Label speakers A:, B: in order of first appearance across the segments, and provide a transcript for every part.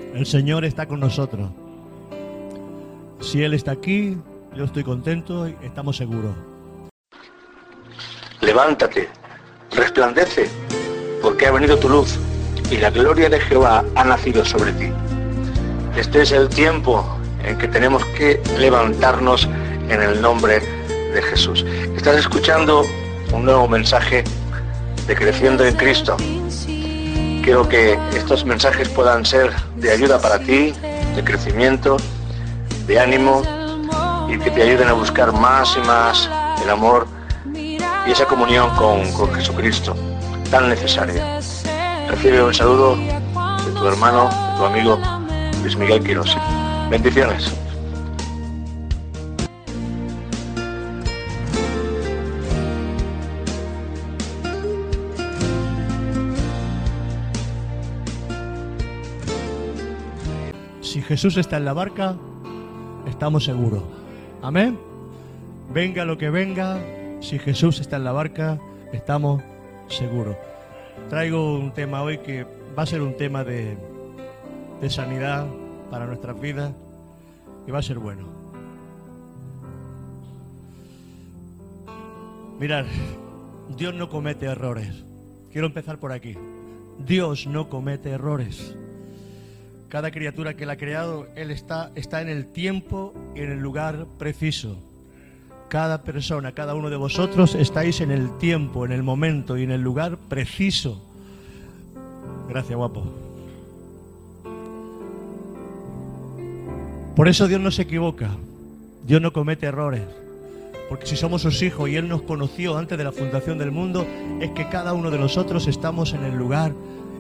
A: El Señor está con nosotros. Si Él está aquí, yo estoy contento y estamos seguros.
B: Levántate, resplandece, porque ha venido tu luz y la gloria de Jehová ha nacido sobre ti. Este es el tiempo en que tenemos que levantarnos en el nombre de Jesús. Estás escuchando un nuevo mensaje de Creciendo en Cristo. Quiero que estos mensajes puedan ser de ayuda para ti, de crecimiento, de ánimo, y que te ayuden a buscar más y más el amor y esa comunión con Jesucristo, tan necesaria. Recibe un saludo de tu hermano, de tu amigo Luis Miguel Quirós. Bendiciones.
A: Si Jesús está en la barca, estamos seguros. Amén. Venga lo que venga, si Jesús está en la barca, estamos seguros. Traigo un tema hoy que va a ser un tema de sanidad para nuestras vidas y va a ser bueno. Mirad, Dios no comete errores. Quiero empezar por aquí. Dios no comete errores. Cada criatura que Él ha creado, Él está en el tiempo y en el lugar preciso. Cada persona, cada uno de vosotros estáis en el tiempo, en el momento y en el lugar preciso. Gracias, guapo. Por eso Dios no se equivoca. Dios no comete errores. Porque si somos sus hijos y Él nos conoció antes de la fundación del mundo, es que cada uno de nosotros estamos en el lugar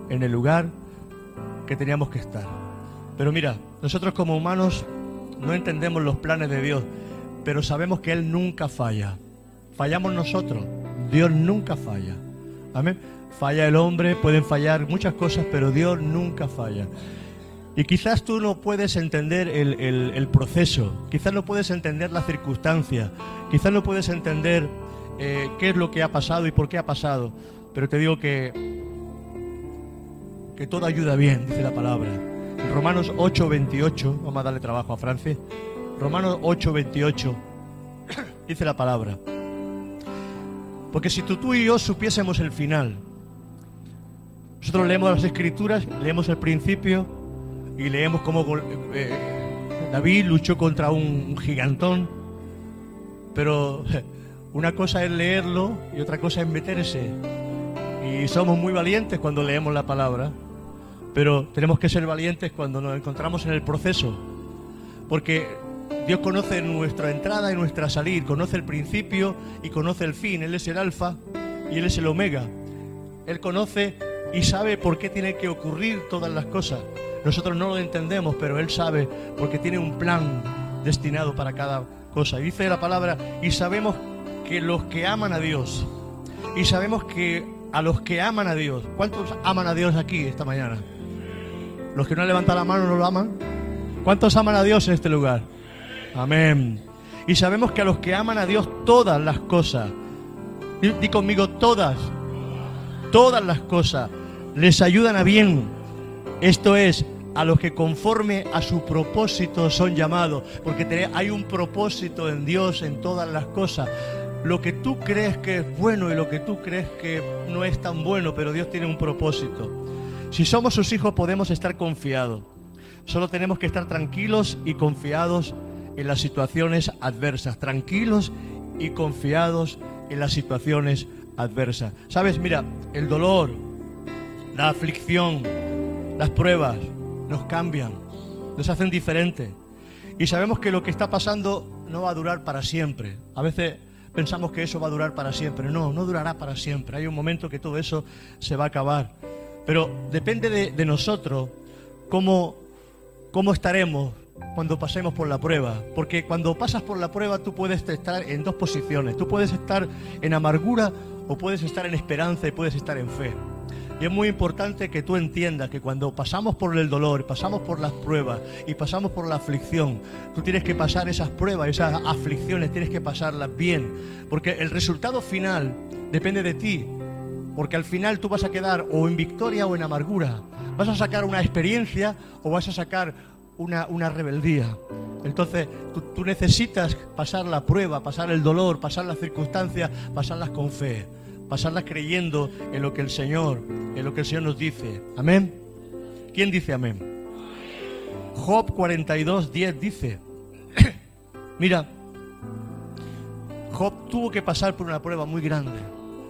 A: que teníamos que estar. Pero mira, nosotros como humanos no entendemos los planes de Dios, pero sabemos que Él nunca falla. Fallamos nosotros, Dios nunca falla. Amén. Falla el hombre, pueden fallar muchas cosas, pero Dios nunca falla. Y quizás tú no puedes entender el proceso, quizás no puedes entender la circunstancia, quizás no puedes entender qué es lo que ha pasado y por qué ha pasado, pero te digo que todo ayuda bien, dice la palabra. En Romanos 8:28, vamos a darle trabajo a Francis. Romanos 8:28, dice la palabra. Porque si tú y yo supiésemos el final, nosotros leemos las Escrituras, leemos el principio y leemos cómo David luchó contra un gigantón, pero una cosa es leerlo y otra cosa es meterse. Y somos muy valientes cuando leemos la palabra, pero tenemos que ser valientes cuando nos encontramos en el proceso, porque Dios conoce nuestra entrada y nuestra salir, conoce el principio y conoce el fin. Él es el alfa y Él es el omega. Él conoce y sabe por qué tiene que ocurrir todas las cosas. Nosotros no lo entendemos, pero Él sabe, porque tiene un plan destinado para cada cosa. Y dice la palabra, y sabemos que los que aman a Dios, y sabemos que a los que aman a Dios. ¿Cuántos aman a Dios aquí esta mañana? Los que no levantan la mano no lo aman. ¿Cuántos aman a Dios en este lugar? Amén. Y sabemos que a los que aman a Dios todas las cosas, di conmigo todas las cosas les ayudan a bien. Esto es, a los que conforme a su propósito son llamados, porque hay un propósito en Dios en todas las cosas. Lo que tú crees que es bueno y lo que tú crees que no es tan bueno, pero Dios tiene un propósito. Si somos sus hijos podemos estar confiados. Solo tenemos que estar tranquilos y confiados en las situaciones adversas. Tranquilos y confiados en las situaciones adversas. ¿Sabes? Mira, el dolor, la aflicción, las pruebas nos cambian, nos hacen diferentes. Y sabemos que lo que está pasando no va a durar para siempre. A veces pensamos que eso va a durar para siempre. No durará para siempre. Hay un momento que todo eso se va a acabar. Pero depende de nosotros cómo estaremos cuando pasemos por la prueba. Porque cuando pasas por la prueba tú puedes estar en dos posiciones. Tú puedes estar en amargura o puedes estar en esperanza y puedes estar en fe. Y es muy importante que tú entiendas que cuando pasamos por el dolor, pasamos por las pruebas y pasamos por la aflicción, tú tienes que pasar esas pruebas, esas aflicciones, tienes que pasarlas bien. Porque el resultado final depende de ti porque al final tú vas a quedar o en victoria o en amargura. Vas a sacar una experiencia o vas a sacar una rebeldía. Entonces tú necesitas pasar la prueba, pasar el dolor, pasar las circunstancias, pasarlas con fe, pasarlas creyendo en lo que el Señor nos dice. ¿Amén? ¿Quién dice amén? Job 42:10 dice, mira, Job tuvo que pasar por una prueba muy grande.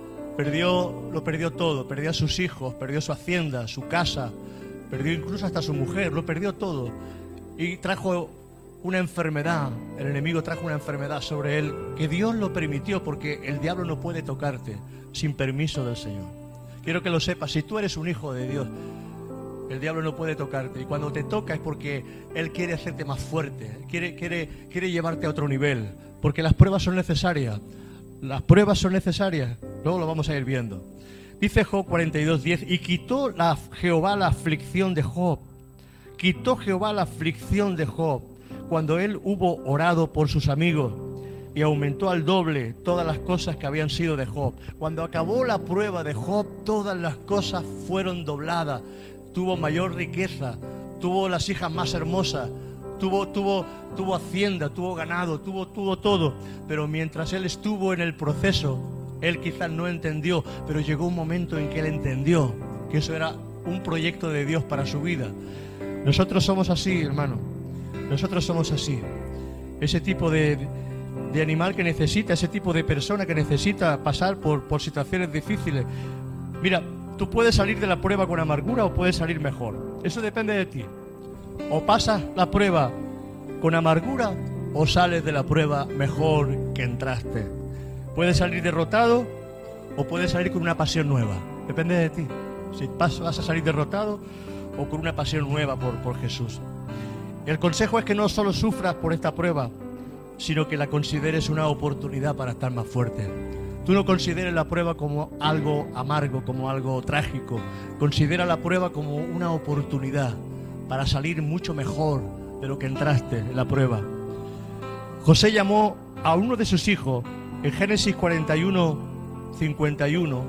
A: Lo perdió todo, perdió a sus hijos, perdió su hacienda, su casa, perdió incluso hasta su mujer, lo perdió todo. Y trajo una enfermedad, el enemigo trajo una enfermedad sobre él, que Dios lo permitió, porque el diablo no puede tocarte sin permiso del Señor. Quiero que lo sepas, si tú eres un hijo de Dios, el diablo no puede tocarte, y cuando te toca es porque él quiere hacerte más fuerte, quiere llevarte a otro nivel, porque las pruebas son necesarias. Las pruebas son necesarias, luego lo vamos a ir viendo. Dice Job 42:10, y quitó Jehová la aflicción de Job. Quitó Jehová la aflicción de Job cuando él hubo orado por sus amigos, y aumentó al doble todas las cosas que habían sido de Job. Cuando acabó la prueba de Job, todas las cosas fueron dobladas. Tuvo mayor riqueza, tuvo las hijas más hermosas, tuvo hacienda, tuvo ganado, tuvo todo. Pero mientras él estuvo en el proceso, él quizás no entendió, pero llegó un momento en que él entendió que eso era un proyecto de Dios para su vida. Nosotros somos así, hermano. Nosotros somos así. Ese tipo de animal que necesita, ese tipo de persona que necesita pasar por situaciones difíciles. Mira, tú puedes salir de la prueba con amargura o puedes salir mejor. Eso depende de ti. O pasas la prueba con amargura o sales de la prueba mejor que entraste. Puedes salir derrotado o puedes salir con una pasión nueva. Depende de ti. Si vas a salir derrotado o con una pasión nueva por Jesús. El consejo es que no solo sufras por esta prueba, sino que la consideres una oportunidad para estar más fuerte. Tú no consideres la prueba como algo amargo, como algo trágico. Considera la prueba como una oportunidad para salir mucho mejor de lo que entraste en la prueba. José llamó a uno de sus hijos en Génesis 41:51.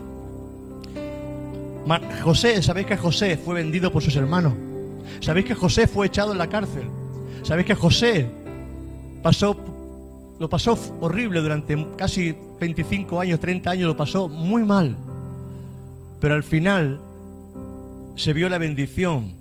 A: José, ¿sabéis que José fue vendido por sus hermanos? ¿Sabéis que José fue echado en la cárcel? ¿Sabéis que José lo pasó horrible durante casi 25 años, 30 años, lo pasó muy mal? Pero al final se vio la bendición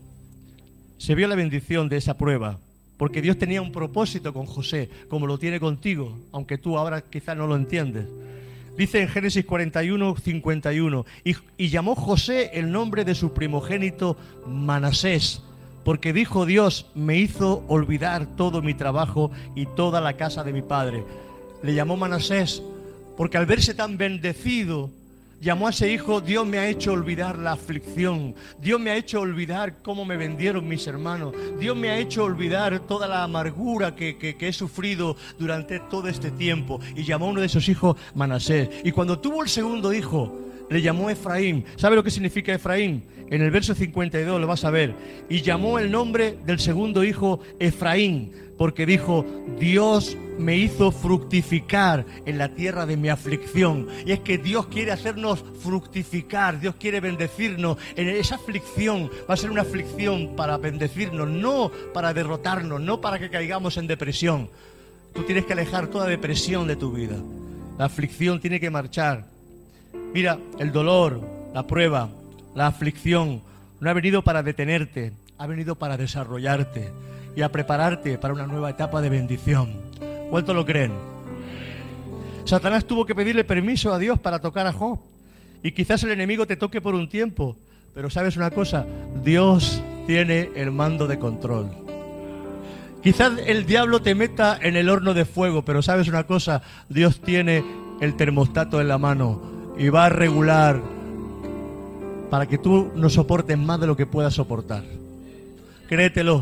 A: de esa prueba, porque Dios tenía un propósito con José, como lo tiene contigo, aunque tú ahora quizás no lo entiendes. Dice en Génesis 41:51, y llamó José el nombre de su primogénito Manasés, porque dijo Dios, me hizo olvidar todo mi trabajo y toda la casa de mi padre. Le llamó Manasés porque al verse tan bendecido, llamó a ese hijo, Dios me ha hecho olvidar la aflicción, Dios me ha hecho olvidar cómo me vendieron mis hermanos, Dios me ha hecho olvidar toda la amargura que he sufrido durante todo este tiempo. Y llamó a uno de sus hijos Manasés. Y cuando tuvo el segundo hijo, le llamó Efraín. ¿Sabe lo que significa Efraín? En el verso 52 lo vas a ver. Y llamó el nombre del segundo hijo Efraín, porque dijo, Dios me hizo fructificar en la tierra de mi aflicción. Y es que Dios quiere hacernos fructificar, Dios quiere bendecirnos. En esa aflicción va a ser una aflicción para bendecirnos, no para derrotarnos, no para que caigamos en depresión. Tú tienes que alejar toda depresión de tu vida. La aflicción tiene que marchar. Mira, el dolor, la prueba, la aflicción no ha venido para detenerte, ha venido para desarrollarte y a prepararte para una nueva etapa de bendición. ¿Cuántos lo creen? Satanás tuvo que pedirle permiso a Dios para tocar a Job. Y quizás el enemigo te toque por un tiempo, pero ¿sabes una cosa? Dios tiene el mando de control. Quizás el diablo te meta en el horno de fuego, pero ¿sabes una cosa? Dios tiene el termostato en la mano y va a regular para que tú no soportes más de lo que puedas soportar. Créetelo.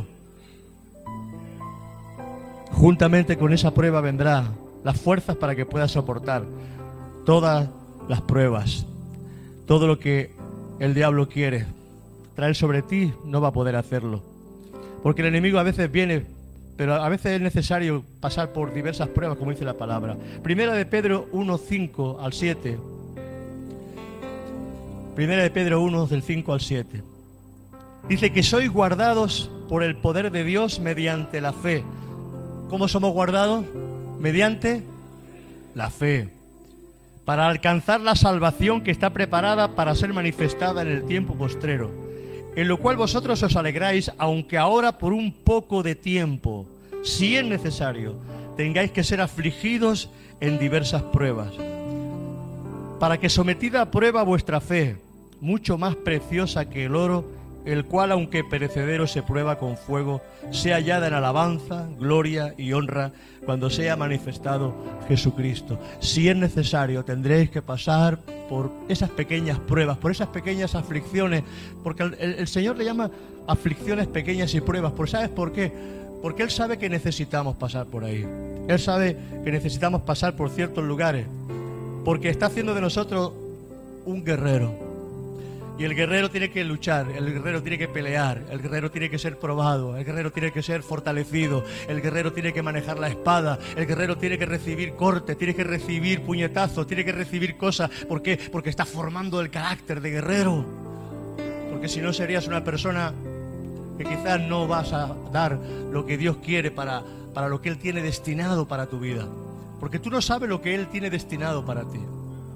A: Juntamente con esa prueba vendrá las fuerzas para que puedas soportar todas las pruebas. Todo lo que el diablo quiere traer sobre ti no va a poder hacerlo. Porque el enemigo a veces viene, pero a veces es necesario pasar por diversas pruebas, como dice la palabra. Primera de Pedro 1:5 al 7. Primera de Pedro 1, del 5 al 7. Dice que sois guardados por el poder de Dios mediante la fe. ¿Cómo somos guardados? Mediante la fe. Para alcanzar la salvación que está preparada para ser manifestada en el tiempo postrero, en lo cual vosotros os alegráis, aunque ahora por un poco de tiempo, si es necesario, tengáis que ser afligidos en diversas pruebas, para que sometida a prueba vuestra fe, mucho más preciosa que el oro, el cual aunque perecedero se prueba con fuego, sea hallada en alabanza, gloria y honra cuando sea manifestado Jesucristo. Si es necesario, tendréis que pasar por esas pequeñas pruebas, por esas pequeñas aflicciones, porque el Señor le llama aflicciones pequeñas y pruebas. ¿Sabes por qué? Porque Él sabe que necesitamos pasar por ahí. Él sabe que necesitamos pasar por ciertos lugares, porque está haciendo de nosotros un guerrero. Y el guerrero tiene que luchar, el guerrero tiene que pelear, el guerrero tiene que ser probado, el guerrero tiene que ser fortalecido, el guerrero tiene que manejar la espada, el guerrero tiene que recibir corte, tiene que recibir puñetazos, tiene que recibir cosas. ¿Por qué? Porque está formando el carácter de guerrero. Porque si no serías una persona que quizás no vas a dar lo que Dios quiere para lo que Él tiene destinado para tu vida. Porque tú no sabes lo que Él tiene destinado para ti.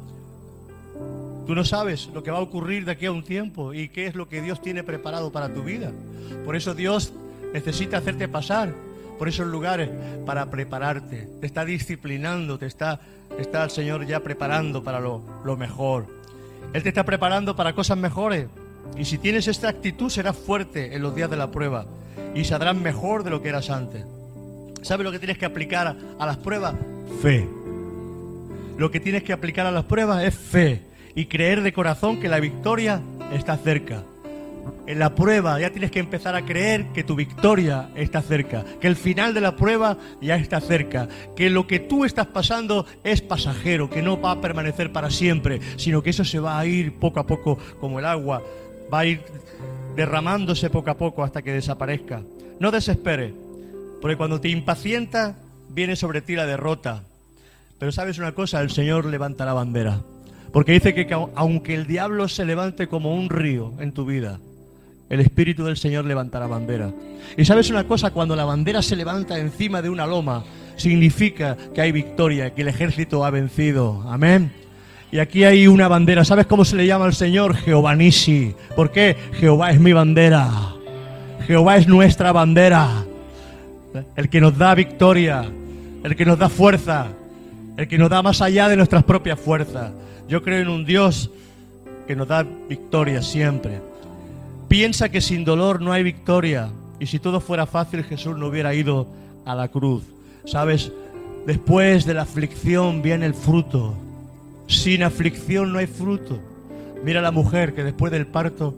A: Tú no sabes lo que va a ocurrir de aquí a un tiempo y qué es lo que Dios tiene preparado para tu vida. Por eso Dios necesita hacerte pasar por esos lugares para prepararte. Te está disciplinando, te está el Señor ya preparando para lo mejor. Él te está preparando para cosas mejores. Y si tienes esta actitud, serás fuerte en los días de la prueba y saldrás mejor de lo que eras antes. ¿Sabes lo que tienes que aplicar a las pruebas? Fe. Lo que tienes que aplicar a las pruebas es fe. Y creer de corazón que la victoria está cerca. En la prueba ya tienes que empezar a creer que tu victoria está cerca, que el final de la prueba ya está cerca, que lo que tú estás pasando es pasajero, que no va a permanecer para siempre, sino que eso se va a ir poco a poco como el agua, va a ir derramándose poco a poco hasta que desaparezca. No desesperes, porque cuando te impacientas viene sobre ti la derrota. Pero ¿sabes una cosa? El Señor levanta la bandera. Porque dice que aunque el diablo se levante como un río en tu vida, el Espíritu del Señor levantará bandera. Y ¿sabes una cosa? Cuando la bandera se levanta encima de una loma, significa que hay victoria, que el ejército ha vencido. Amén. Y aquí hay una bandera. ¿Sabes cómo se le llama al Señor? Jehová Nisi. ¿Por qué? Jehová es mi bandera. Jehová es nuestra bandera. El que nos da victoria, el que nos da fuerza, el que nos da más allá de nuestras propias fuerzas. Yo creo en un Dios que nos da victoria siempre. Piensa que sin dolor no hay victoria. Y si todo fuera fácil, Jesús no hubiera ido a la cruz. ¿Sabes? Después de la aflicción viene el fruto. Sin aflicción no hay fruto. Mira a la mujer que después del parto,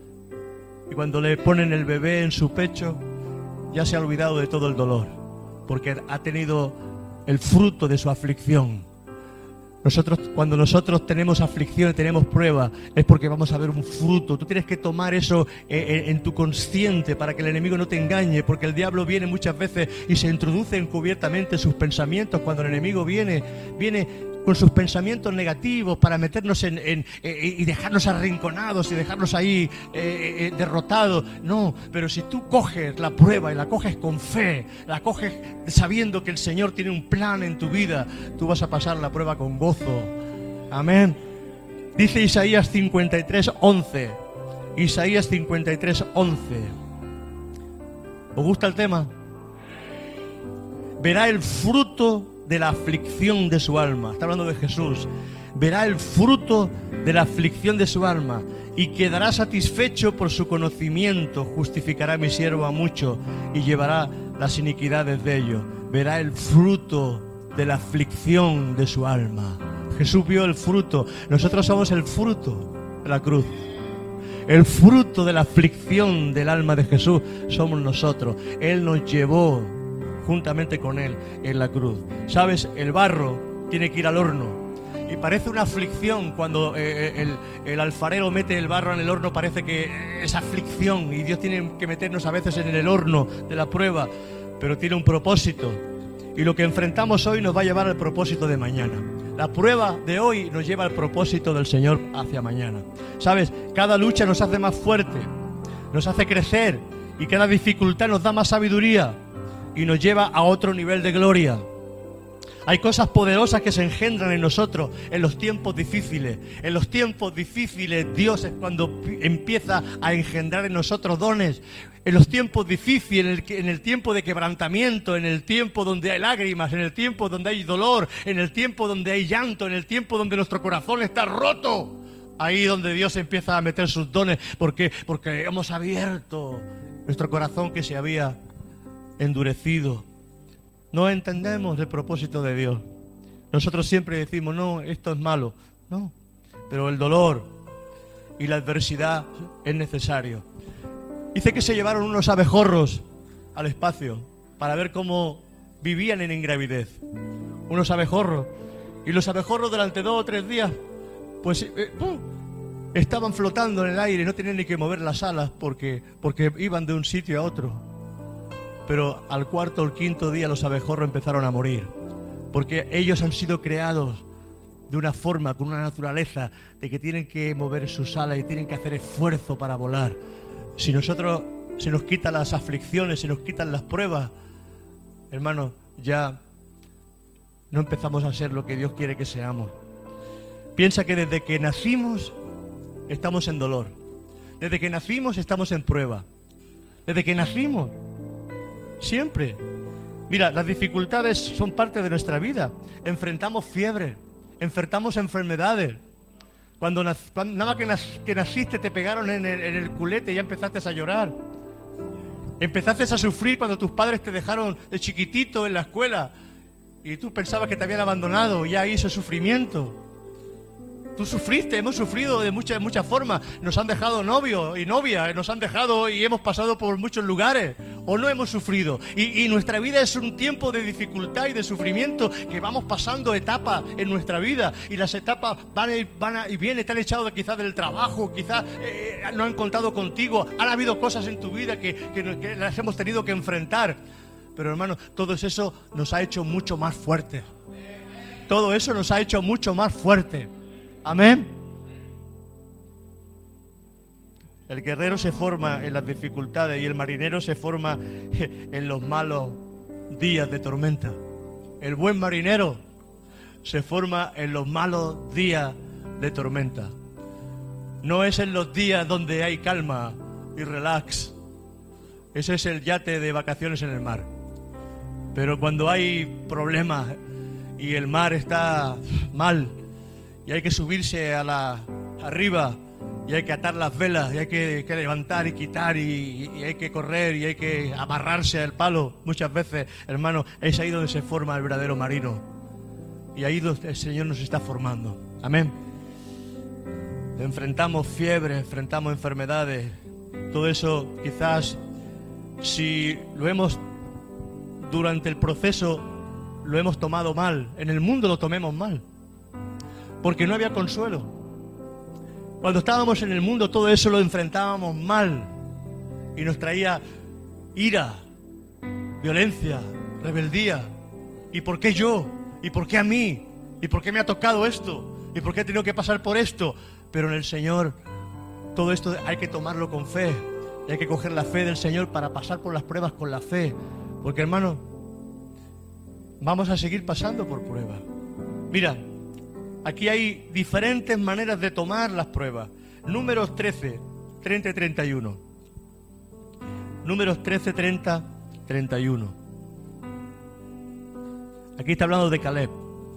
A: y cuando le ponen el bebé en su pecho, ya se ha olvidado de todo el dolor, porque ha tenido el fruto de su aflicción. Cuando nosotros tenemos aflicción y tenemos prueba, es porque vamos a ver un fruto. Tú tienes que tomar eso en tu consciente para que el enemigo no te engañe, porque el diablo viene muchas veces y se introduce encubiertamente sus pensamientos. Cuando el enemigo viene con sus pensamientos negativos para meternos y dejarnos arrinconados y dejarnos ahí derrotados. No, pero si tú coges la prueba y la coges con fe, la coges sabiendo que el Señor tiene un plan en tu vida, tú vas a pasar la prueba con gozo. Amén. Dice Isaías 53:11. Isaías 53:11. ¿Os gusta el tema? Verá el fruto de la aflicción de su alma. Está hablando de Jesús. Verá el fruto de la aflicción de su alma y quedará satisfecho por su conocimiento. Justificará a mi siervo a mucho y llevará las iniquidades de ellos. Verá el fruto de la aflicción de su alma. Jesús vio el fruto. Nosotros somos el fruto de la cruz. El fruto de la aflicción del alma de Jesús somos nosotros. Él nos llevó juntamente con Él en la cruz. ¿Sabes? El barro tiene que ir al horno. Y parece una aflicción cuando el alfarero mete el barro en el horno, parece que es aflicción. Y Dios tiene que meternos a veces en el horno de la prueba. Pero tiene un propósito. Y lo que enfrentamos hoy nos va a llevar al propósito de mañana. La prueba de hoy nos lleva al propósito del Señor hacia mañana. ¿Sabes? Cada lucha nos hace más fuerte, nos hace crecer, y cada dificultad nos da más sabiduría y nos lleva a otro nivel de gloria. Hay cosas poderosas que se engendran en nosotros en los tiempos difíciles. En los tiempos difíciles Dios es cuando empieza a engendrar en nosotros dones. En los tiempos difíciles, en el tiempo de quebrantamiento, en el tiempo donde hay lágrimas, en el tiempo donde hay dolor, en el tiempo donde hay llanto, en el tiempo donde nuestro corazón está roto. Ahí donde Dios empieza a meter sus dones. Porque hemos abierto nuestro corazón que se había endurecido. No entendemos el propósito de Dios. Nosotros siempre decimos, no, esto es malo. No, pero el dolor y la adversidad es necesario. Dice que se llevaron unos abejorros al espacio para ver cómo vivían en ingravidez. Unos abejorros. Y los abejorros durante 2 o 3 días, pues estaban flotando en el aire, no tenían ni que mover las alas porque iban de un sitio a otro. Pero al 4º o el 5º día los abejorros empezaron a morir, porque ellos han sido creados de una forma, con una naturaleza de que tienen que mover sus alas y tienen que hacer esfuerzo para volar. Si nosotros se nos quitan las aflicciones, se nos quitan las pruebas, hermanos, ya no empezamos a ser lo que Dios quiere que seamos. Piensa que desde que nacimos estamos en dolor, desde que nacimos estamos en prueba, desde que nacimos. Siempre. Mira, las dificultades son parte de nuestra vida. Enfrentamos fiebre, enfrentamos enfermedades. Cuando nada más que naciste te pegaron en el culete y ya empezaste a llorar. Empezaste a sufrir cuando tus padres te dejaron de chiquitito en la escuela y tú pensabas que te habían abandonado, y ya hizo sufrimiento. Tú sufriste, hemos sufrido de muchas formas. Nos han dejado novios y novias, nos han dejado y hemos pasado por muchos lugares. O no hemos sufrido. Y nuestra vida es un tiempo de dificultad y de sufrimiento, que vamos pasando etapas en nuestra vida. Y las etapas van y vienen, te han echado quizás del trabajo, quizás no han contado contigo. Han habido cosas en tu vida que las hemos tenido que enfrentar. Pero hermano, todo eso nos ha hecho mucho más fuertes. Todo eso nos ha hecho mucho más fuertes. Amén. El guerrero se forma en las dificultades y el marinero se forma en los malos días de tormenta. El buen marinero se forma en los malos días de tormenta. No es en los días donde hay calma y relax. Ese es el yate de vacaciones en el mar. Pero cuando hay problemas y el mar está mal, y hay que subirse arriba, y hay que atar las velas, y hay que levantar y quitar, y hay que correr, y hay que amarrarse al palo. Muchas veces, hermano, es ahí donde se forma el verdadero marino. Y ahí donde el Señor nos está formando. Amén. Enfrentamos fiebre, enfrentamos enfermedades. Todo eso quizás, si lo hemos, durante el proceso, lo hemos tomado mal. En el mundo lo tomemos mal, porque no había consuelo. Cuando estábamos en el mundo, todo eso lo enfrentábamos mal y nos traía ira, violencia, rebeldía. ¿Y por qué yo? ¿Y por qué a mí? ¿Y por qué me ha tocado esto? ¿Y por qué he tenido que pasar por esto? Pero en el Señor, todo esto hay que tomarlo con fe. Y hay que coger la fe del Señor para pasar por las pruebas con la fe. Porque, hermano, vamos a seguir pasando por pruebas. Mira, aquí hay diferentes maneras de tomar las pruebas. Números 13, 30 y 31. Números 13, 30, 31. Aquí está hablando de Caleb.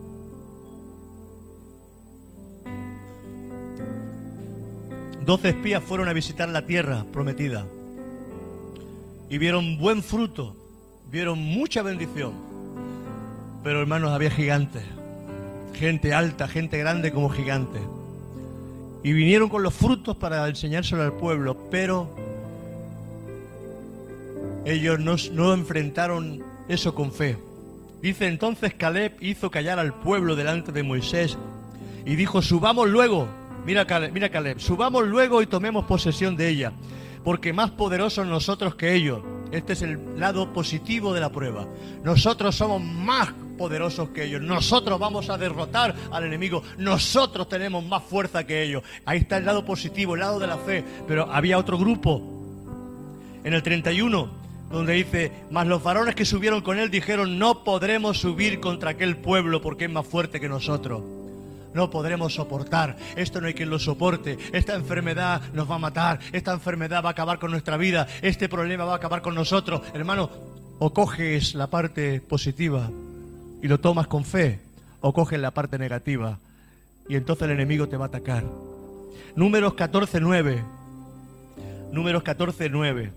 A: Doce espías fueron a visitar la tierra prometida y vieron buen fruto, vieron mucha bendición. Pero, hermanos, había gigantes. Gente alta, gente grande como gigantes. Y vinieron con los frutos para enseñárselo al pueblo, pero ellos no enfrentaron eso con fe. Dice, entonces Caleb hizo callar al pueblo delante de Moisés y dijo, subamos luego, mira Caleb, subamos luego y tomemos posesión de ella, porque más poderosos nosotros que ellos. Este es el lado positivo de la prueba. Nosotros somos más poderosos que ellos. Nosotros vamos a derrotar al enemigo. Nosotros tenemos más fuerza que ellos. Ahí está el lado positivo, el lado de la fe. Pero había otro grupo, en el 31, donde dice: mas los varones que subieron con él dijeron: no podremos subir contra aquel pueblo porque es más fuerte que nosotros. No podremos soportar, esto no hay quien lo soporte, esta enfermedad nos va a matar, esta enfermedad va a acabar con nuestra vida, este problema va a acabar con nosotros. Hermano, o coges la parte positiva y lo tomas con fe, o coges la parte negativa y entonces el enemigo te va a atacar. Números 14:9. Números 14:9.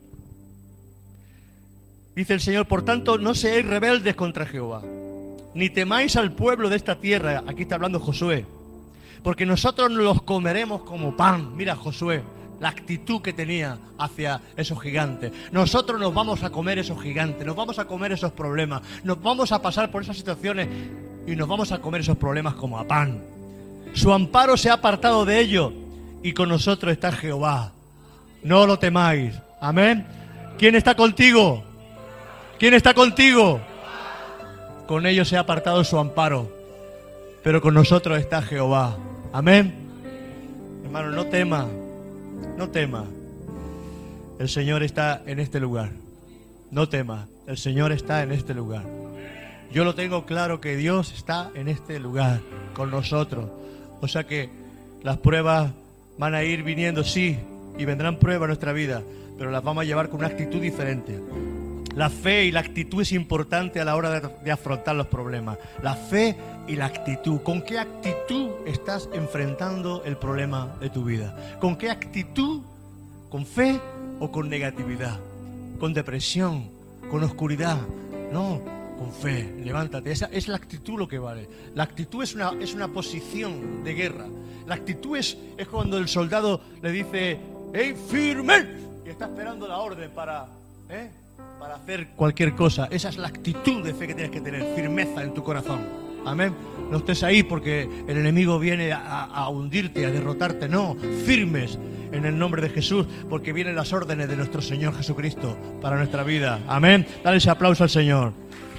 A: Dice el Señor: por tanto, no seáis rebeldes contra Jehová, ni temáis al pueblo de esta tierra. Aquí está hablando Josué. Porque nosotros los comeremos como pan. Mira Josué, la actitud que tenía hacia esos gigantes. Nosotros nos vamos a comer esos gigantes, nos vamos a comer esos problemas, nos vamos a pasar por esas situaciones y nos vamos a comer esos problemas como a pan. Su amparo se ha apartado de ellos y con nosotros está Jehová. No lo temáis. Amén. ¿Quién está contigo? ¿Quién está contigo? Con ellos se ha apartado su amparo, pero con nosotros está Jehová. Amén. Hermano, no tema, no tema. El Señor está en este lugar. No tema, el Señor está en este lugar. Yo lo tengo claro que Dios está en este lugar con nosotros. O sea que las pruebas van a ir viniendo, sí, y vendrán pruebas en nuestra vida, pero las vamos a llevar con una actitud diferente. La fe y la actitud es importante a la hora de afrontar los problemas. La fe y la actitud. ¿Con qué actitud estás enfrentando el problema de tu vida? ¿Con qué actitud? ¿Con fe o con negatividad? ¿Con depresión? ¿Con oscuridad? No, con fe. Levántate. Esa es la actitud lo que vale. La actitud es una posición de guerra. La actitud es cuando el soldado le dice: ¡hey, firme! Y está esperando la orden para hacer cualquier cosa. Esa es la actitud de fe que tienes que tener, firmeza en tu corazón. Amén. No estés ahí porque el enemigo viene a hundirte, a derrotarte. No, firmes en el nombre de Jesús, porque vienen las órdenes de nuestro Señor Jesucristo para nuestra vida. Amén. Dale ese aplauso al Señor.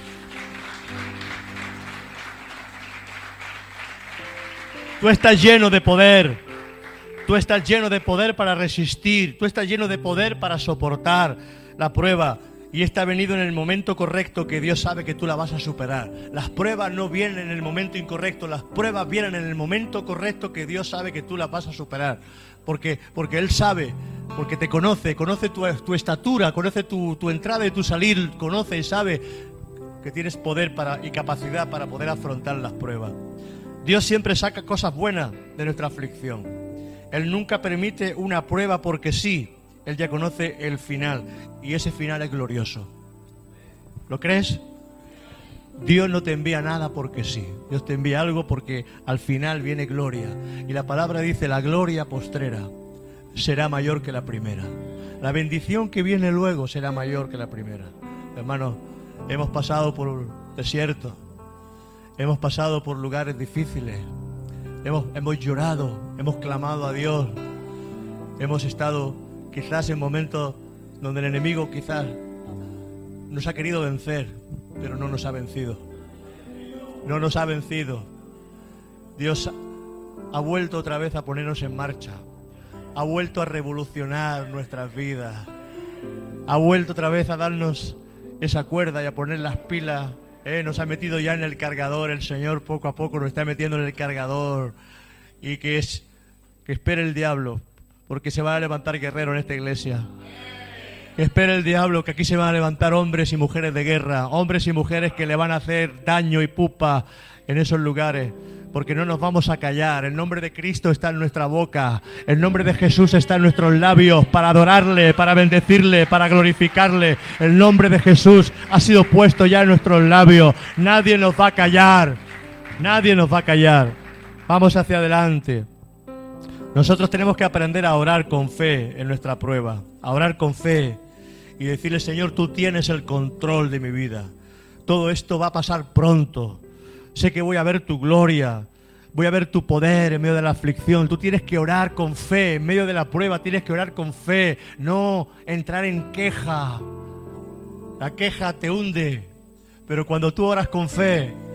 A: Tú estás lleno de poder. Tú estás lleno de poder para resistir. Tú estás lleno de poder para soportar la prueba. Y está venido en el momento correcto, que Dios sabe que tú la vas a superar. Las pruebas no vienen en el momento incorrecto. Las pruebas vienen en el momento correcto, que Dios sabe que tú las vas a superar. Porque Él sabe, porque te conoce tu estatura, conoce tu entrada y tu salir, conoce y sabe que tienes poder y capacidad para poder afrontar las pruebas. Dios siempre saca cosas buenas de nuestra aflicción. Él nunca permite una prueba porque sí. Él ya conoce el final y ese final es glorioso. ¿Lo crees? Dios no te envía nada porque sí. Dios te envía algo porque al final viene gloria. Y la palabra dice: la gloria postrera será mayor que la primera. La bendición que viene luego será mayor que la primera. Hermanos, hemos pasado por desiertos, hemos pasado por lugares difíciles, hemos llorado, hemos clamado a Dios, hemos estado quizás en momentos donde el enemigo quizás nos ha querido vencer, pero no nos ha vencido. No nos ha vencido. Dios ha vuelto otra vez a ponernos en marcha. Ha vuelto a revolucionar nuestras vidas. Ha vuelto otra vez a darnos esa cuerda y a poner las pilas. Nos ha metido ya en el cargador. El Señor poco a poco nos está metiendo en el cargador. Y que espere el diablo, porque se va a levantar guerreros en esta iglesia. Que espere el diablo, que aquí se van a levantar hombres y mujeres de guerra, hombres y mujeres que le van a hacer daño y pupa en esos lugares, porque no nos vamos a callar. El nombre de Cristo está en nuestra boca, el nombre de Jesús está en nuestros labios, para adorarle, para bendecirle, para glorificarle. El nombre de Jesús ha sido puesto ya en nuestros labios. Nadie nos va a callar, nadie nos va a callar. Vamos hacia adelante. Nosotros tenemos que aprender a orar con fe en nuestra prueba, a orar con fe y decirle: Señor, tú tienes el control de mi vida. Todo esto va a pasar pronto. Sé que voy a ver tu gloria, voy a ver tu poder en medio de la aflicción. Tú tienes que orar con fe, en medio de la prueba tienes que orar con fe, no entrar en queja. La queja te hunde, pero cuando tú oras con fe,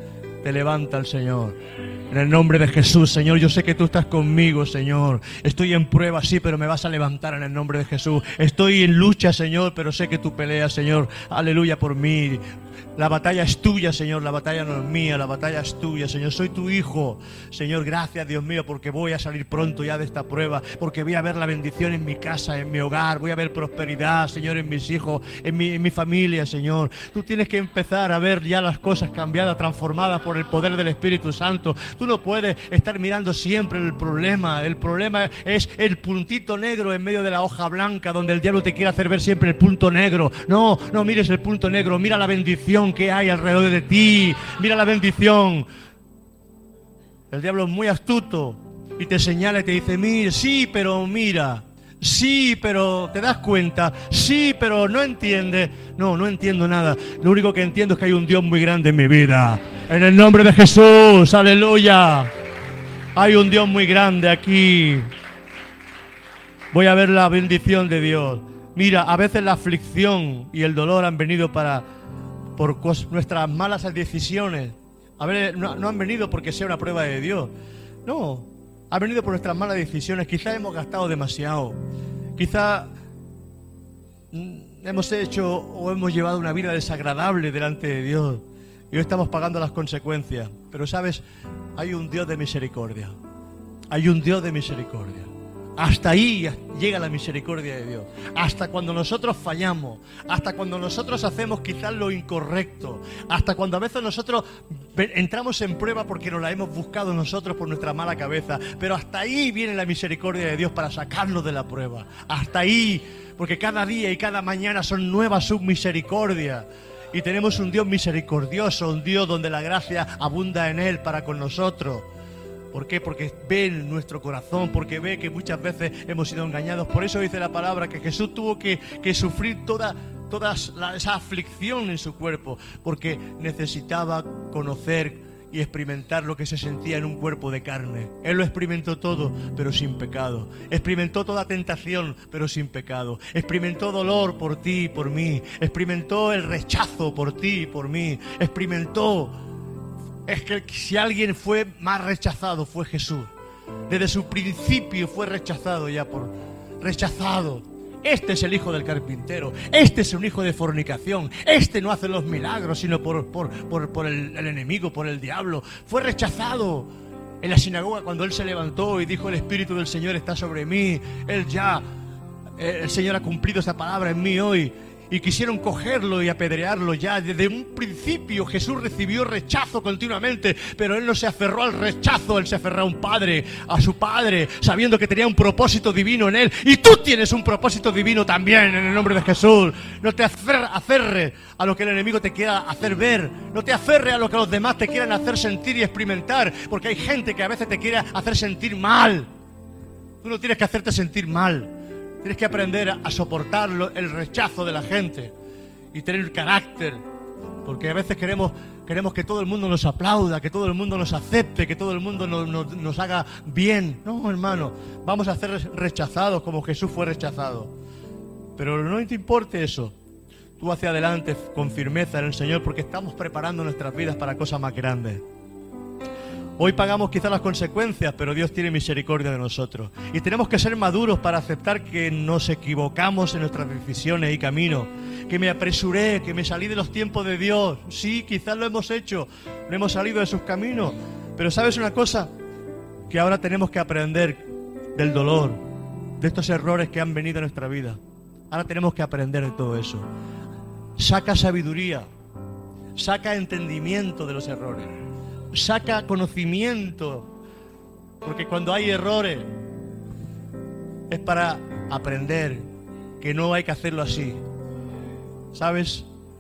A: te levanta el Señor. En el nombre de Jesús, Señor, yo sé que tú estás conmigo, Señor. Estoy en prueba, sí, pero me vas a levantar en el nombre de Jesús. Estoy en lucha, Señor, pero sé que tú peleas, Señor. Aleluya por mí. La batalla es tuya, Señor, la batalla no es mía, la batalla es tuya, Señor. Soy tu hijo, Señor, gracias, Dios mío, porque voy a salir pronto ya de esta prueba, porque voy a ver la bendición en mi casa, en mi hogar, voy a ver prosperidad, Señor, en mis hijos, en mi familia, Señor. Tú tienes que empezar a ver ya las cosas cambiadas, transformadas por el poder del Espíritu Santo. Tú no puedes estar mirando siempre el problema es el puntito negro en medio de la hoja blanca, donde el diablo te quiere hacer ver siempre el punto negro. No mires el punto negro, mira la bendición que hay alrededor de ti, mira la bendición. El diablo es muy astuto y te señala y te dice, mira, sí, pero mira, sí, pero te das cuenta, sí, pero no entiendes. No entiendo nada. Lo único que entiendo es que hay un Dios muy grande en mi vida. En el nombre de Jesús, aleluya. Hay un Dios muy grande aquí. Voy a ver la bendición de Dios. Mira, a veces la aflicción y el dolor han venido por nuestras malas decisiones. A ver, no han venido porque sea una prueba de Dios. No, ha venido por nuestras malas decisiones. Quizás hemos gastado demasiado. Quizás hemos hecho o hemos llevado una vida desagradable delante de Dios. Y hoy estamos pagando las consecuencias. Pero sabes, hay un Dios de misericordia. Hay un Dios de misericordia. Hasta ahí llega la misericordia de Dios. Hasta cuando nosotros fallamos, hasta cuando nosotros hacemos quizás lo incorrecto, hasta cuando a veces nosotros entramos en prueba porque nos la hemos buscado nosotros por nuestra mala cabeza. Pero hasta ahí viene la misericordia de Dios para sacarnos de la prueba. Hasta ahí, porque cada día y cada mañana son nuevas sus misericordias. Y tenemos un Dios misericordioso, un Dios donde la gracia abunda en Él para con nosotros. ¿Por qué? Porque ve en nuestro corazón, porque ve que muchas veces hemos sido engañados. Por eso dice la palabra que Jesús tuvo que sufrir toda esa aflicción en su cuerpo, porque necesitaba conocer y experimentar lo que se sentía en un cuerpo de carne. Él lo experimentó todo, pero sin pecado. Experimentó toda tentación, pero sin pecado. Experimentó dolor por ti y por mí. Experimentó el rechazo por ti y por mí. Es que si alguien fue más rechazado fue Jesús. Desde su principio fue rechazado rechazado. Este es el hijo del carpintero. Este es un hijo de fornicación. Este no hace los milagros sino por el enemigo, por el diablo. Fue rechazado en la sinagoga cuando él se levantó y dijo: el Espíritu del Señor está sobre mí. El Señor ha cumplido esa palabra en mí hoy. Y quisieron cogerlo y apedrearlo ya. Desde un principio Jesús recibió rechazo continuamente, pero Él no se aferró al rechazo. Él se aferró a su Padre, sabiendo que tenía un propósito divino en Él. Y tú tienes un propósito divino también, en el nombre de Jesús. No te aferres a lo que el enemigo te quiera hacer ver. No te aferres a lo que los demás te quieran hacer sentir y experimentar, porque hay gente que a veces te quiere hacer sentir mal. Tú no tienes que hacerte sentir mal. Tienes que aprender a soportar el rechazo de la gente y tener carácter, porque a veces queremos que todo el mundo nos aplauda, que todo el mundo nos acepte, que todo el mundo nos haga bien. No, hermano, vamos a ser rechazados como Jesús fue rechazado. Pero no te importe eso. Tú hacia adelante con firmeza en el Señor, porque estamos preparando nuestras vidas para cosas más grandes. Hoy pagamos quizás las consecuencias, pero Dios tiene misericordia de nosotros. Y tenemos que ser maduros para aceptar que nos equivocamos en nuestras decisiones y caminos. Que me apresuré, que me salí de los tiempos de Dios. Sí, quizás lo hemos hecho, no hemos salido de sus caminos. Pero ¿sabes una cosa? Que ahora tenemos que aprender del dolor, de estos errores que han venido a nuestra vida. Ahora tenemos que aprender de todo eso. Saca sabiduría, saca entendimiento de los errores. Saca conocimiento, porque cuando hay errores es para aprender que no hay que hacerlo así. ¿Sabes?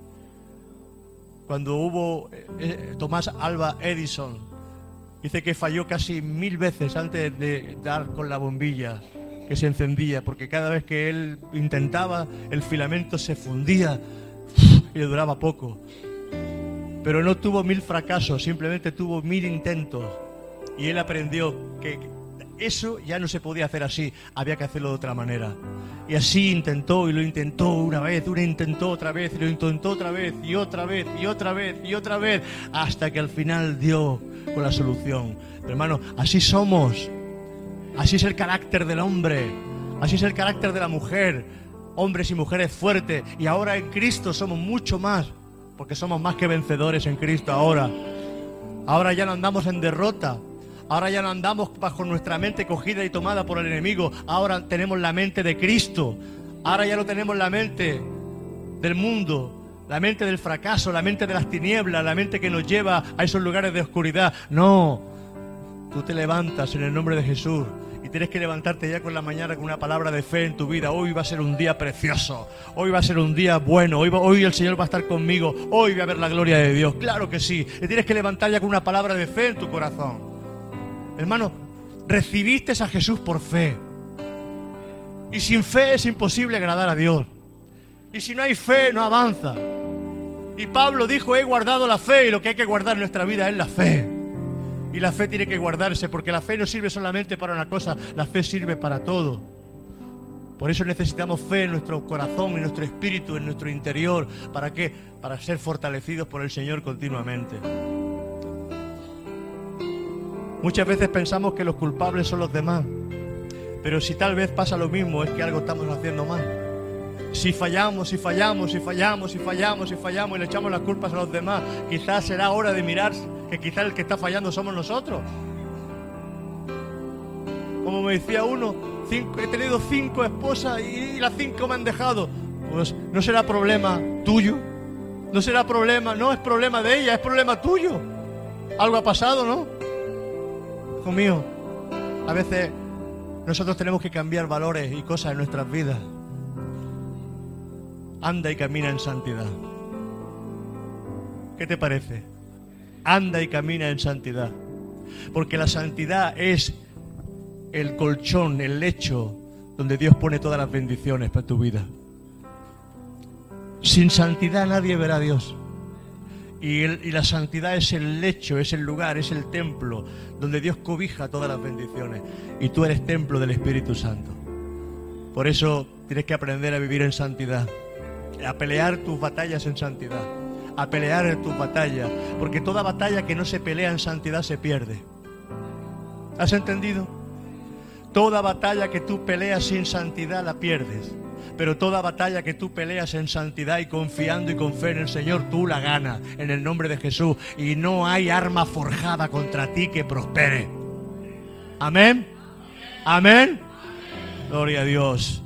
A: Cuando hubo Thomas Alva Edison, dice que falló casi 1000 veces antes de dar con la bombilla que se encendía, porque cada vez que él intentaba el filamento se fundía y le duraba poco. Pero no tuvo 1000 fracasos, simplemente tuvo 1000 intentos. Y él aprendió que eso ya no se podía hacer así, había que hacerlo de otra manera. Y así intentó y lo intentó una vez, intentó otra vez y lo intentó otra vez y otra vez y otra vez y otra vez, hasta que al final dio con la solución. Pero hermano, así somos, así es el carácter del hombre, así es el carácter de la mujer, hombres y mujeres fuertes. Y ahora en Cristo somos mucho más, porque somos más que vencedores en Cristo ahora. Ahora ya no andamos en derrota. Ahora ya no andamos bajo nuestra mente cogida y tomada por el enemigo. Ahora tenemos la mente de Cristo. Ahora ya no tenemos la mente del mundo, la mente del fracaso, la mente de las tinieblas, la mente que nos lleva a esos lugares de oscuridad. No, tú te levantas en el nombre de Jesús y tienes que levantarte ya con la mañana con una palabra de fe en tu vida. Hoy va a ser un día precioso, hoy va a ser un día bueno, hoy el Señor va a estar conmigo, hoy voy a ver la gloria de Dios. Claro que sí, y tienes que levantar ya con una palabra de fe en tu corazón. Hermano, recibiste a Jesús por fe. Y sin fe es imposible agradar a Dios. Y si no hay fe, no avanza. Y Pablo dijo, he guardado la fe, y lo que hay que guardar en nuestra vida es la fe. Y la fe tiene que guardarse, porque la fe no sirve solamente para una cosa, la fe sirve para todo. Por eso necesitamos fe en nuestro corazón, en nuestro espíritu, en nuestro interior. ¿Para qué? Para ser fortalecidos por el Señor continuamente. Muchas veces pensamos que los culpables son los demás, pero si tal vez pasa lo mismo, es que algo estamos haciendo mal. Si fallamos y le echamos las culpas a los demás, quizás será hora de mirar que quizás el que está fallando somos nosotros. Como me decía uno, he tenido 5 esposas y las 5 me han dejado. Pues no será problema tuyo, no será problema, no es problema de ella, es problema tuyo. Algo ha pasado, ¿no? Hijo mío, a veces nosotros tenemos que cambiar valores y cosas en nuestras vidas. Anda y camina en santidad. ¿Qué te parece? Anda y camina en santidad. Porque la santidad es el colchón, el lecho donde Dios pone todas las bendiciones para tu vida. Sin santidad nadie verá a Dios. Y la santidad es el lecho, es el lugar, es el templo donde Dios cobija todas las bendiciones. Y tú eres templo del Espíritu Santo. Por eso tienes que aprender a vivir en santidad, a pelear tus batallas en santidad, a pelear en tus batallas, porque toda batalla que no se pelea en santidad se pierde. ¿Has entendido? Toda batalla que tú peleas sin santidad la pierdes. Pero toda batalla que tú peleas en santidad y confiando y con fe en el Señor, tú la ganas en el nombre de Jesús. Y no hay arma forjada contra ti que prospere. Amén. Amén. Gloria a Dios.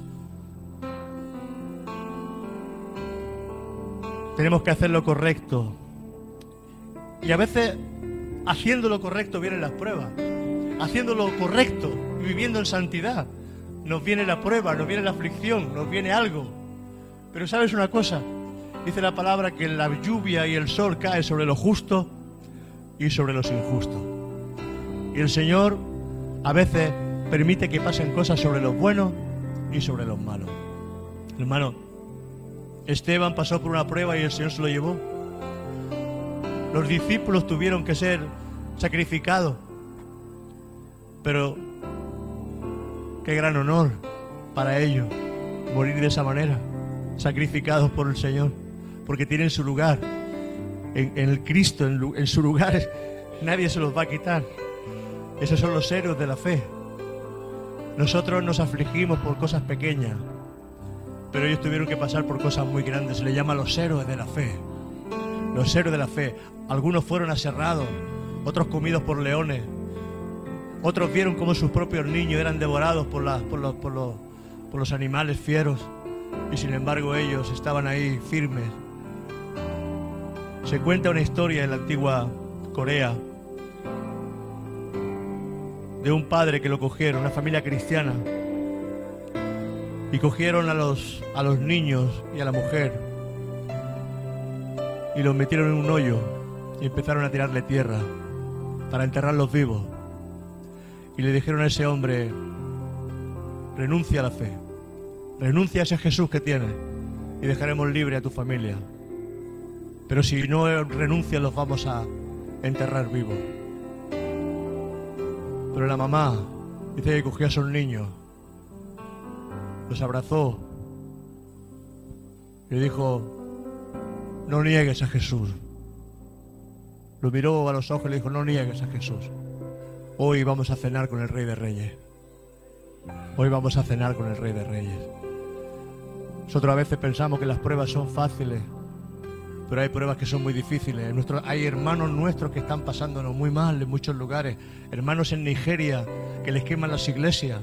A: Tenemos que hacer lo correcto. Y a veces, haciendo lo correcto, vienen las pruebas. Haciendo lo correcto y viviendo en santidad, nos viene la prueba, nos viene la aflicción, nos viene algo. Pero ¿sabes una cosa? Dice la palabra que la lluvia y el sol cae sobre los justos y sobre los injustos. Y el Señor a veces permite que pasen cosas sobre los buenos y sobre los malos. Hermano, Esteban pasó por una prueba y el Señor se lo llevó. Los discípulos tuvieron que ser sacrificados. Pero qué gran honor para ellos morir de esa manera, sacrificados por el Señor, porque tienen su lugar en el Cristo, en su lugar. Nadie se los va a quitar. Esos son los héroes de la fe. Nosotros nos afligimos por cosas pequeñas, pero ellos tuvieron que pasar por cosas muy grandes. Se les llama los héroes de la fe. Los héroes de la fe. Algunos fueron aserrados, otros comidos por leones. Otros vieron cómo sus propios niños eran devorados por los animales fieros, y sin embargo ellos estaban ahí firmes. Se cuenta una historia en la antigua Corea de un padre que lo cogieron, una familia cristiana, y cogieron a los niños y a la mujer y los metieron en un hoyo y empezaron a tirarle tierra para enterrarlos vivos. Y le dijeron a ese hombre: renuncia a la fe, renuncia a ese Jesús que tienes y dejaremos libre a tu familia. Pero si no renuncias, los vamos a enterrar vivos. Pero la mamá Dice que cogió a esos niños, los abrazó y le dijo: no niegues a Jesús. Lo miró a los ojos y le dijo: no niegues a Jesús. Hoy vamos a cenar con el Rey de Reyes. Hoy vamos a cenar con el Rey de Reyes. Nosotros a veces pensamos que las pruebas son fáciles, pero hay pruebas que son muy difíciles. Hay hermanos nuestros que están pasándonos muy mal en muchos lugares. Hermanos en Nigeria que les queman las iglesias.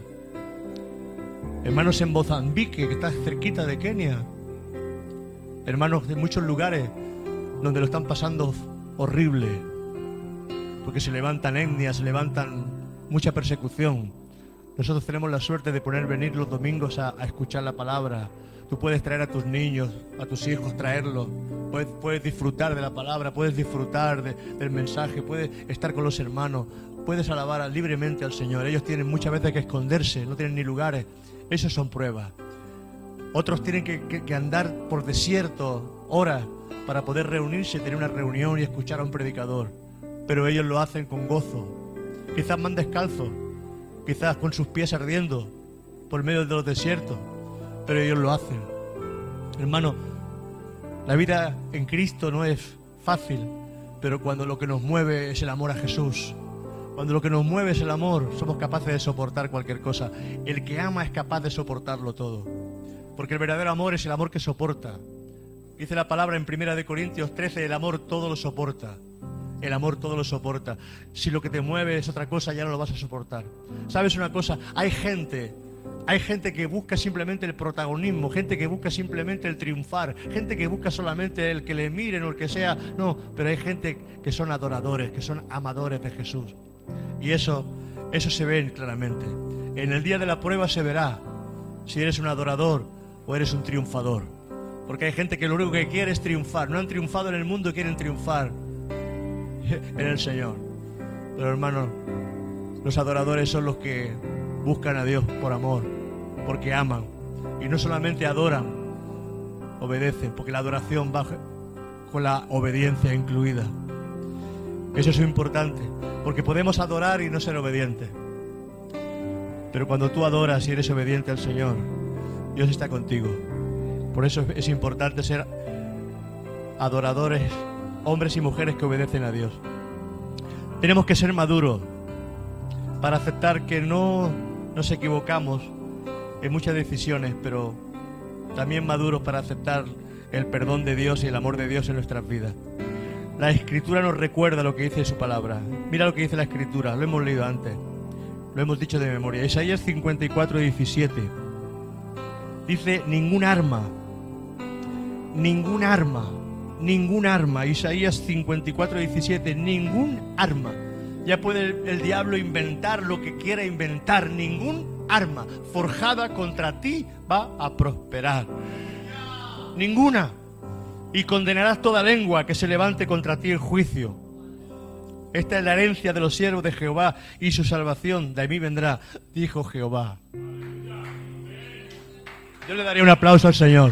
A: Hermanos en Mozambique, que está cerquita de Kenia. Hermanos de muchos lugares donde lo están pasando horrible, porque se levantan etnias, se levantan mucha persecución. Nosotros tenemos la suerte de poder venir los domingos a escuchar la palabra. Tú puedes traer a tus niños, a tus hijos, traerlos. Puedes disfrutar de la palabra, puedes disfrutar del mensaje, puedes estar con los hermanos, puedes alabar libremente al Señor. Ellos tienen muchas veces que esconderse, no tienen ni lugares. Esas son pruebas. Otros tienen que andar por desierto horas para poder reunirse, tener una reunión y escuchar a un predicador. Pero ellos lo hacen con gozo. Quizás van descalzos, quizás con sus pies ardiendo por medio de los desiertos, pero ellos lo hacen. Hermano, la vida en Cristo no es fácil, pero cuando lo que nos mueve es el amor a Jesús, cuando lo que nos mueve es el amor, somos capaces de soportar cualquier cosa. El que ama es capaz de soportarlo todo, porque el verdadero amor es el amor que soporta. Dice la palabra en 1 Corintios 13, el amor todo lo soporta. El amor todo lo soporta. Si lo que te mueve es otra cosa, ya no lo vas a soportar. ¿Sabes una cosa? Hay gente que busca simplemente el protagonismo, gente que busca simplemente el triunfar, gente que busca solamente el que le miren o el que sea. No, pero hay gente que son adoradores, que son amadores de Jesús. Y eso se ve claramente. En el día de la prueba se verá si eres un adorador o eres un triunfador. Porque hay gente que lo único que quiere es triunfar. No han triunfado en el mundo y quieren triunfar en el Señor. Pero hermanos, los adoradores son los que buscan a Dios por amor, porque aman. Y no solamente adoran, obedecen, porque la adoración va con la obediencia incluida. Eso es importante, porque podemos adorar y no ser obedientes. Pero cuando tú adoras y eres obediente al Señor, Dios está contigo. Por eso es importante ser adoradores, hombres y mujeres que obedecen a Dios. Tenemos que ser maduros para aceptar que no nos equivocamos en muchas decisiones, pero también maduros para aceptar el perdón de Dios y el amor de Dios en nuestras vidas. La Escritura nos recuerda lo que dice su palabra. Mira lo que dice la Escritura, lo hemos leído antes, lo hemos dicho de memoria. Isaías 54, 17 dice: ningún arma, Isaías 54, 17, ningún arma. Ya puede el diablo inventar lo que quiera inventar. Ningún arma forjada contra ti va a prosperar. Ninguna. Y condenarás toda lengua que se levante contra ti en juicio. Esta es la herencia de los siervos de Jehová y su salvación de mí vendrá, dijo Jehová. Yo le daría un aplauso al Señor.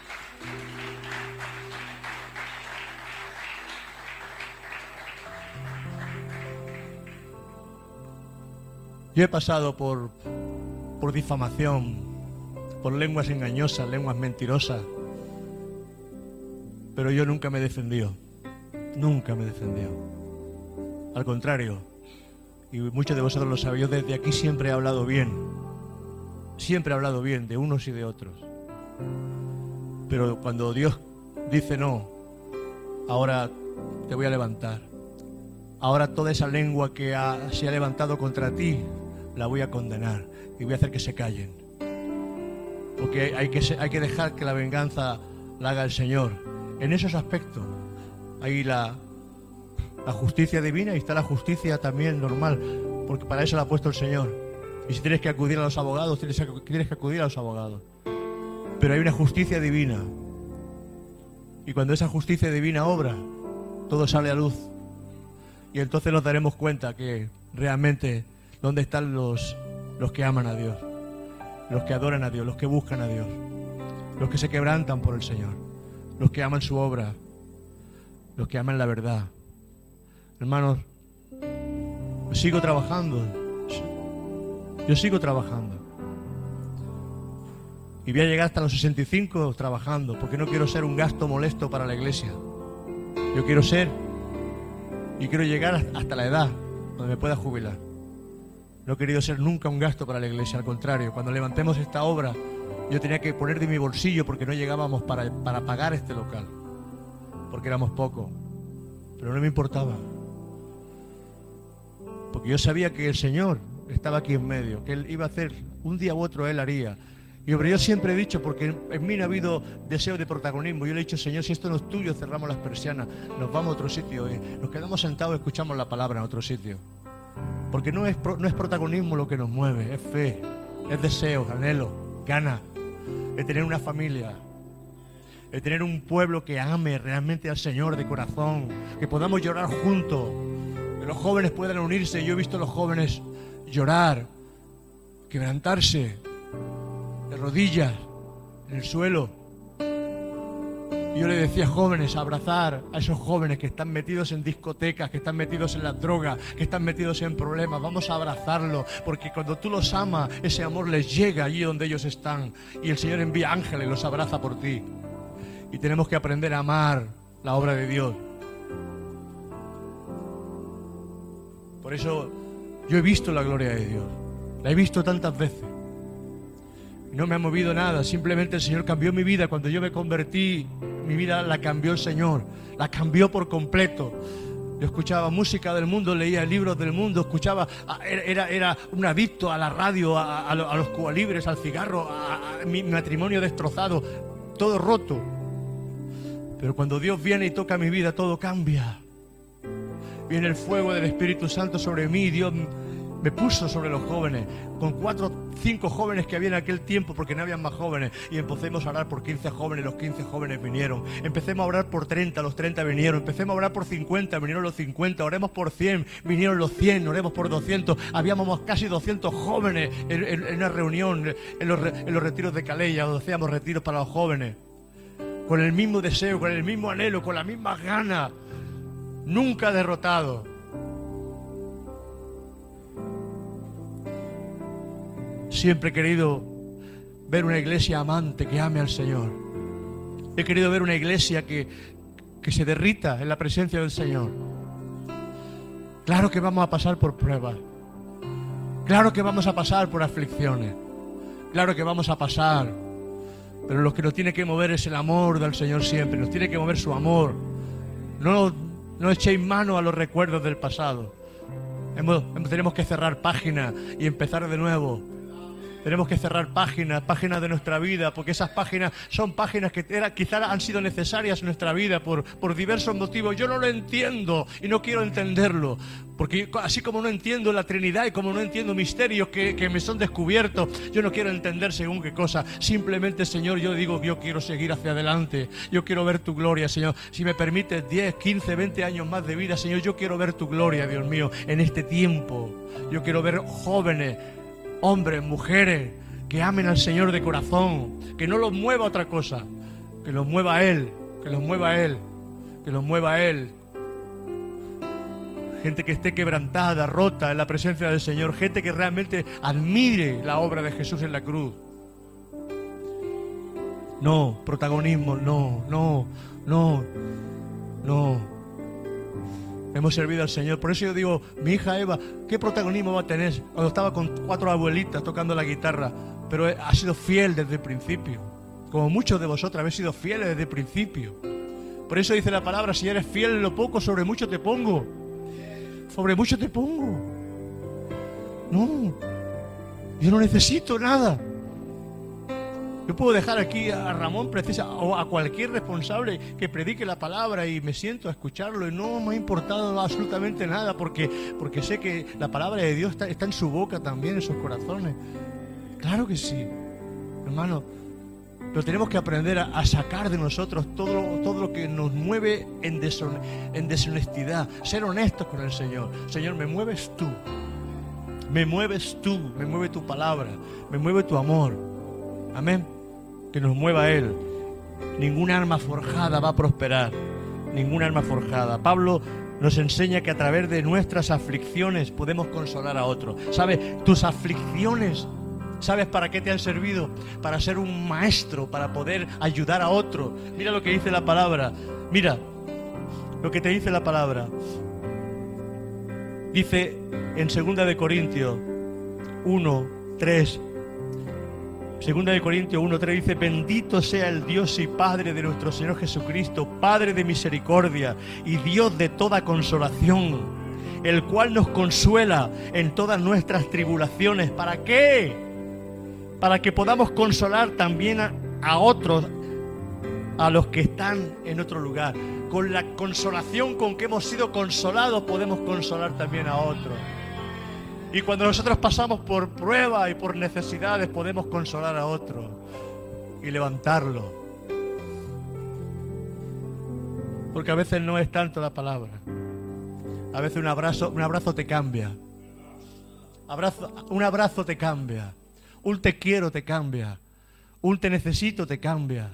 A: Yo he pasado por difamación, por lenguas engañosas, lenguas mentirosas, pero yo nunca me he defendido, nunca me he defendido. Al contrario, y muchos de vosotros lo sabéis, yo desde aquí siempre he hablado bien de unos y de otros. Pero cuando Dios dice no, ahora te voy a levantar. Ahora toda esa lengua que se ha levantado contra ti, la voy a condenar y voy a hacer que se callen. Porque hay que dejar que la venganza la haga el Señor. En esos aspectos hay la justicia divina y está la justicia también normal, porque para eso la ha puesto el Señor. Y si tienes que acudir a los abogados, tienes que acudir a los abogados. Pero hay una justicia divina. Y cuando esa justicia divina obra, todo sale a luz. Y entonces nos daremos cuenta que realmente dónde están los que aman a Dios, los que adoran a Dios, los que buscan a Dios, los que se quebrantan por el Señor, los que aman su obra, los que aman la verdad. Hermanos, sigo trabajando, Yo sigo trabajando. Y voy a llegar hasta los 65 trabajando, porque no quiero ser un gasto molesto para la iglesia. Yo quiero ser y quiero llegar hasta la edad donde me pueda jubilar. No he querido ser nunca un gasto para la iglesia, al contrario. Cuando levantemos esta obra, yo tenía que poner de mi bolsillo porque no llegábamos para pagar este local, porque éramos pocos. Pero no me importaba, porque yo sabía que el Señor estaba aquí en medio, que Él iba a hacer, un día u otro Él haría. Y hombre, yo siempre he dicho, porque en mí no ha habido deseo de protagonismo, yo le he dicho: Señor, si esto no es tuyo, cerramos las persianas, nos vamos a otro sitio, nos quedamos sentados y escuchamos la palabra en otro sitio. Porque no es protagonismo lo que nos mueve, es fe, es deseo, anhelo, ganas de tener una familia, de tener un pueblo que ame realmente al Señor de corazón, que podamos llorar juntos, que los jóvenes puedan unirse. Yo he visto a los jóvenes llorar, quebrantarse de rodillas en el suelo. Y yo le decía: jóvenes, abrazar a esos jóvenes que están metidos en discotecas, que están metidos en las drogas, que están metidos en problemas. Vamos a abrazarlos, porque cuando tú los amas, ese amor les llega allí donde ellos están. Y el Señor envía ángeles y los abraza por ti. Y tenemos que aprender a amar la obra de Dios. Por eso yo he visto la gloria de Dios. La he visto tantas veces. No me ha movido nada, simplemente el Señor cambió mi vida. Cuando yo me convertí, mi vida la cambió el Señor, la cambió por completo. Yo escuchaba música del mundo, leía libros del mundo, escuchaba, era un adicto a la radio, a los cubalibres, al cigarro, a mi matrimonio destrozado, todo roto. Pero cuando Dios viene y toca mi vida, todo cambia. Viene el fuego del Espíritu Santo sobre mí. Dios me puso sobre los jóvenes, con 4 o 5 jóvenes que había en aquel tiempo, porque no habían más jóvenes, y empecemos a orar por 15 jóvenes, los 15 jóvenes vinieron. Empecemos a orar por 30, los 30 vinieron. Empecemos a orar por 50, vinieron los 50. Oremos por 100, vinieron los 100. Oremos por 200. Habíamos casi 200 jóvenes en una reunión, en los retiros de Calella, donde hacíamos retiros para los jóvenes, con el mismo deseo, con el mismo anhelo, con las mismas ganas, nunca derrotados. Siempre he querido ver una iglesia amante que ame al Señor. He querido ver una iglesia que se derrita en la presencia del Señor. Claro que vamos a pasar por pruebas. Claro que vamos a pasar por aflicciones. Claro que vamos a pasar. Pero lo que nos tiene que mover es el amor del Señor siempre. Nos tiene que mover su amor. No echéis mano a los recuerdos del pasado. Tenemos que cerrar páginas y empezar de nuevo. Tenemos que cerrar páginas de nuestra vida, porque esas páginas son páginas que quizás han sido necesarias en nuestra vida por diversos motivos. Yo no lo entiendo y no quiero entenderlo, porque así como no entiendo la Trinidad y como no entiendo misterios que me son descubiertos, yo no quiero entender según qué cosa. Simplemente, Señor, yo digo que yo quiero seguir hacia adelante. Yo quiero ver tu gloria, Señor. Si me permites 10, 15, 20 años más de vida, Señor, yo quiero ver tu gloria, Dios mío, en este tiempo. Yo quiero ver jóvenes, hombres, mujeres, que amen al Señor de corazón, que no los mueva otra cosa, que los mueva a Él, que los mueva a Él, que los mueva a Él. Gente que esté quebrantada, rota en la presencia del Señor, gente que realmente admire la obra de Jesús en la cruz. No, protagonismo, no. Hemos servido al Señor. Por eso yo digo, mi hija Eva, ¿qué protagonismo va a tener? Cuando estaba con 4 abuelitas tocando la guitarra, pero ha sido fiel desde el principio. Como muchos de vosotros habéis sido fieles desde el principio. Por eso dice la palabra: si eres fiel en lo poco, sobre mucho te pongo. Sobre mucho te pongo. No, yo no necesito nada. Yo puedo dejar aquí a Ramón Precisa o a cualquier responsable que predique la palabra y me siento a escucharlo y no me ha importado absolutamente nada, porque sé que la palabra de Dios está en su boca también, en sus corazones. Claro que sí, hermano. Pero tenemos que aprender a sacar de nosotros todo lo que nos mueve en deshonestidad. Ser honestos con el Señor. Señor, me mueves tú. Me mueves tú. Me mueve tu palabra. Me mueve tu amor. Amén. Que nos mueva Él. Ninguna arma forjada va a prosperar. Ninguna arma forjada. Pablo nos enseña que a través de nuestras aflicciones podemos consolar a otros. ¿Sabes? Tus aflicciones, ¿sabes para qué te han servido? Para ser un maestro, para poder ayudar a otro. Mira lo que dice la palabra. Mira lo que te dice la palabra. Dice en 2 de Corintios 1:3. 2 de Corintios 1:3 dice: bendito sea el Dios y Padre de nuestro Señor Jesucristo, Padre de misericordia y Dios de toda consolación, el cual nos consuela en todas nuestras tribulaciones. ¿Para qué? Para que podamos consolar también a otros, a los que están en otro lugar. Con la consolación con que hemos sido consolados podemos consolar también a otros. Y cuando nosotros pasamos por pruebas y por necesidades, podemos consolar a otro y levantarlo. Porque a veces no es tanto la palabra. A veces un abrazo te cambia. Un abrazo te cambia. Un te quiero te cambia. Un te necesito te cambia.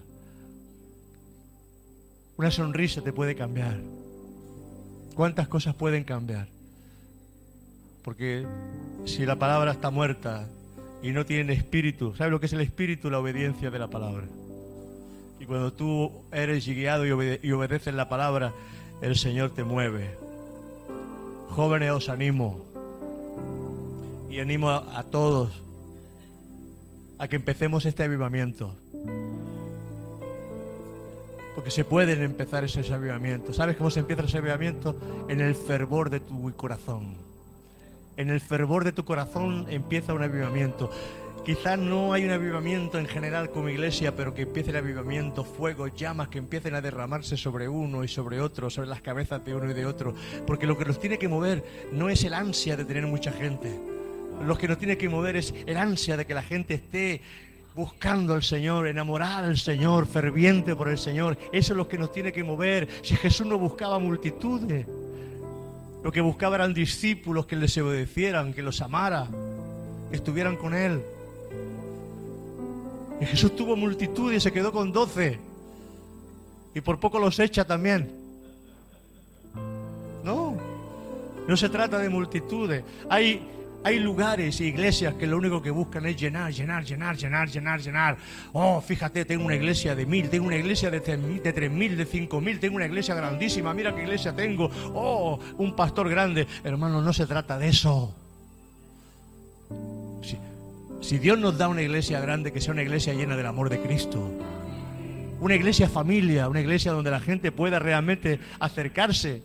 A: Una sonrisa te puede cambiar. ¿Cuántas cosas pueden cambiar? Porque si la palabra está muerta y no tiene espíritu, ¿sabes lo que es el espíritu? La obediencia de la palabra. Y cuando tú eres guiado y obedeces la palabra, el Señor te mueve. Jóvenes, os animo. Y animo a todos a que empecemos este avivamiento. Porque se pueden empezar ese avivamiento. ¿Sabes cómo se empieza ese avivamiento? En el fervor de tu corazón. En el fervor de tu corazón empieza un avivamiento. Quizás no hay un avivamiento en general como iglesia, pero que empiece el avivamiento, fuego, llamas que empiecen a derramarse sobre uno y sobre otro, sobre las cabezas de uno y de otro. Porque lo que nos tiene que mover no es el ansia de tener mucha gente. Lo que nos tiene que mover es el ansia de que la gente esté buscando al Señor, enamorada del Señor, ferviente por el Señor. Eso es lo que nos tiene que mover. Si Jesús no buscaba multitudes, lo que buscaba eran discípulos que les obedecieran, que los amara, que estuvieran con Él. Y Jesús tuvo multitud y se quedó con 12. Y por poco los echa también. No se trata de multitudes. Hay lugares e iglesias que lo único que buscan es llenar. Oh, fíjate, tengo una iglesia de 1000, tengo una iglesia de 3000, de 5000, tengo una iglesia grandísima, mira qué iglesia tengo. Oh, un pastor grande. Hermano, no se trata de eso. Si Dios nos da una iglesia grande, que sea una iglesia llena del amor de Cristo. Una iglesia familia, una iglesia donde la gente pueda realmente acercarse.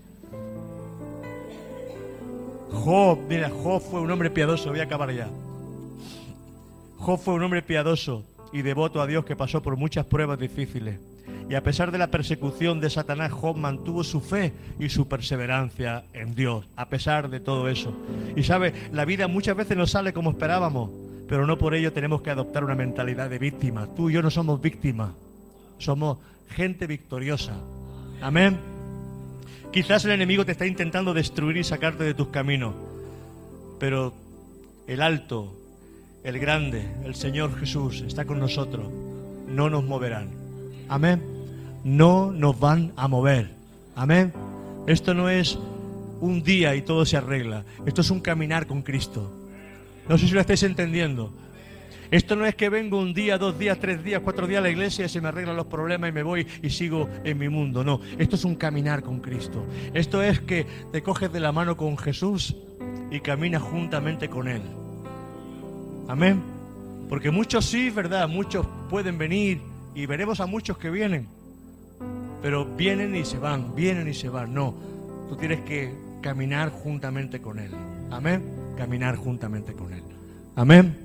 A: Job fue un hombre piadoso, voy a acabar ya. Job fue un hombre piadoso y devoto a Dios que pasó por muchas pruebas difíciles. Y a pesar de la persecución de Satanás, Job mantuvo su fe y su perseverancia en Dios, a pesar de todo eso. Y sabe, la vida muchas veces no sale como esperábamos, pero no por ello tenemos que adoptar una mentalidad de víctima. Tú y yo no somos víctimas, somos gente victoriosa. Amén. Quizás el enemigo te está intentando destruir y sacarte de tus caminos, pero el alto, el grande, el Señor Jesús está con nosotros. No nos moverán. Amén. No nos van a mover. Amén. Esto no es un día y todo se arregla. Esto es un caminar con Cristo. No sé si lo estáis entendiendo. Esto no es que vengo un día, 2 días, 3 días, 4 días a la iglesia y se me arreglan los problemas y me voy y sigo en mi mundo. No, esto es un caminar con Cristo. Esto es que te coges de la mano con Jesús y caminas juntamente con Él. Amén. Porque muchos sí, ¿verdad? Muchos pueden venir y veremos a muchos que vienen. Pero vienen y se van, vienen y se van. No, tú tienes que caminar juntamente con Él. Amén. Caminar juntamente con Él. Amén.